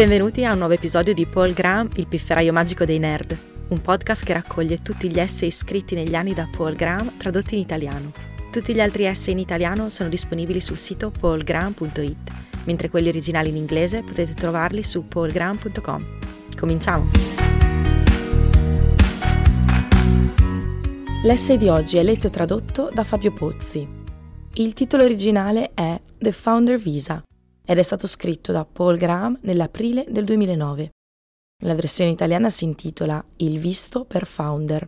Benvenuti a un nuovo episodio di Paul Graham, il pifferaio magico dei nerd, un podcast che raccoglie tutti gli essay scritti negli anni da Paul Graham tradotti in italiano. Tutti gli altri essay in italiano sono disponibili sul sito paulgraham.it, mentre quelli originali in inglese potete trovarli su paulgraham.com. Cominciamo! L'essay di oggi è letto e tradotto da Fabio Pozzi. Il titolo originale è The Founder Visa ed è stato scritto da Paul Graham nell'aprile del 2009. La versione italiana si intitola Il visto per founder.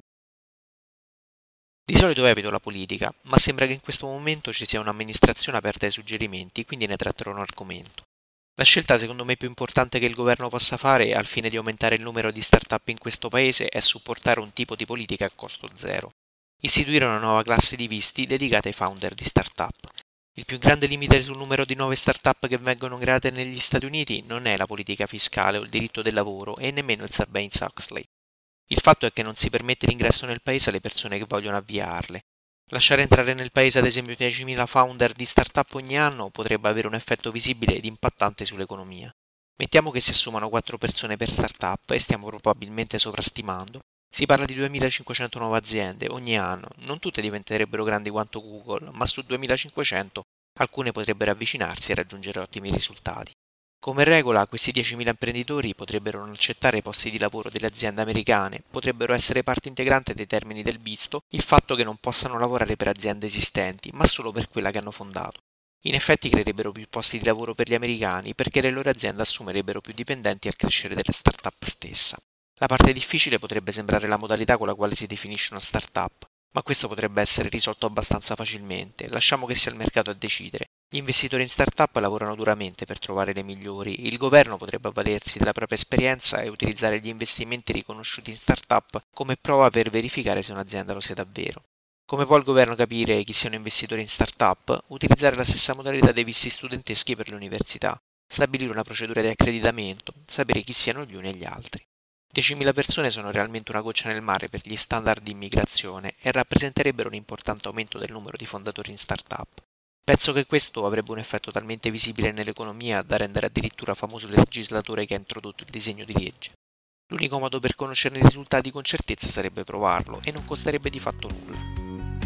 Di solito evito la politica, ma sembra che in questo momento ci sia un'amministrazione aperta ai suggerimenti, quindi ne tratterò un argomento. La scelta secondo me più importante che il governo possa fare al fine di aumentare il numero di start-up in questo paese è supportare un tipo di politica a costo zero. Istituire una nuova classe di visti dedicata ai founder di start-up. Il più grande limite sul numero di nuove start-up che vengono create negli Stati Uniti non è la politica fiscale o il diritto del lavoro e nemmeno il Sarbanes-Oxley. Il fatto è che non si permette l'ingresso nel paese alle persone che vogliono avviarle. Lasciare entrare nel paese ad esempio 10.000 founder di start-up ogni anno potrebbe avere un effetto visibile ed impattante sull'economia. Mettiamo che si assumano 4 persone per start-up e stiamo probabilmente sovrastimando. Si parla di 2.500 nuove aziende ogni anno, non tutte diventerebbero grandi quanto Google, ma su 2.500 alcune potrebbero avvicinarsi e raggiungere ottimi risultati. Come regola, questi 10.000 imprenditori potrebbero non accettare i posti di lavoro delle aziende americane, potrebbero essere parte integrante dei termini del visto il fatto che non possano lavorare per aziende esistenti, ma solo per quella che hanno fondato. In effetti creerebbero più posti di lavoro per gli americani perché le loro aziende assumerebbero più dipendenti al crescere delle start-up stessa. La parte difficile potrebbe sembrare la modalità con la quale si definisce una start-up, ma questo potrebbe essere risolto abbastanza facilmente, lasciamo che sia il mercato a decidere. Gli investitori in start-up lavorano duramente per trovare le migliori, il governo potrebbe avvalersi della propria esperienza e utilizzare gli investimenti riconosciuti in start-up come prova per verificare se un'azienda lo sia davvero. Come può il governo capire chi siano investitori in start-up? Utilizzare la stessa modalità dei visti studenteschi per le università, stabilire una procedura di accreditamento, sapere chi siano gli uni e gli altri. 10.000 persone sono realmente una goccia nel mare per gli standard di immigrazione e rappresenterebbero un importante aumento del numero di fondatori in start-up. Penso che questo avrebbe un effetto talmente visibile nell'economia da rendere addirittura famoso il legislatore che ha introdotto il disegno di legge. L'unico modo per conoscerne i risultati con certezza sarebbe provarlo e non costerebbe di fatto nulla.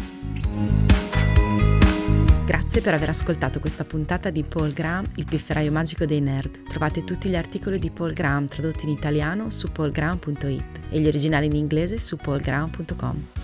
Grazie per aver ascoltato questa puntata di Paul Graham, il pifferaio magico dei nerd. Trovate tutti gli articoli di Paul Graham tradotti in italiano su paulgraham.it e gli originali in inglese su paulgraham.com.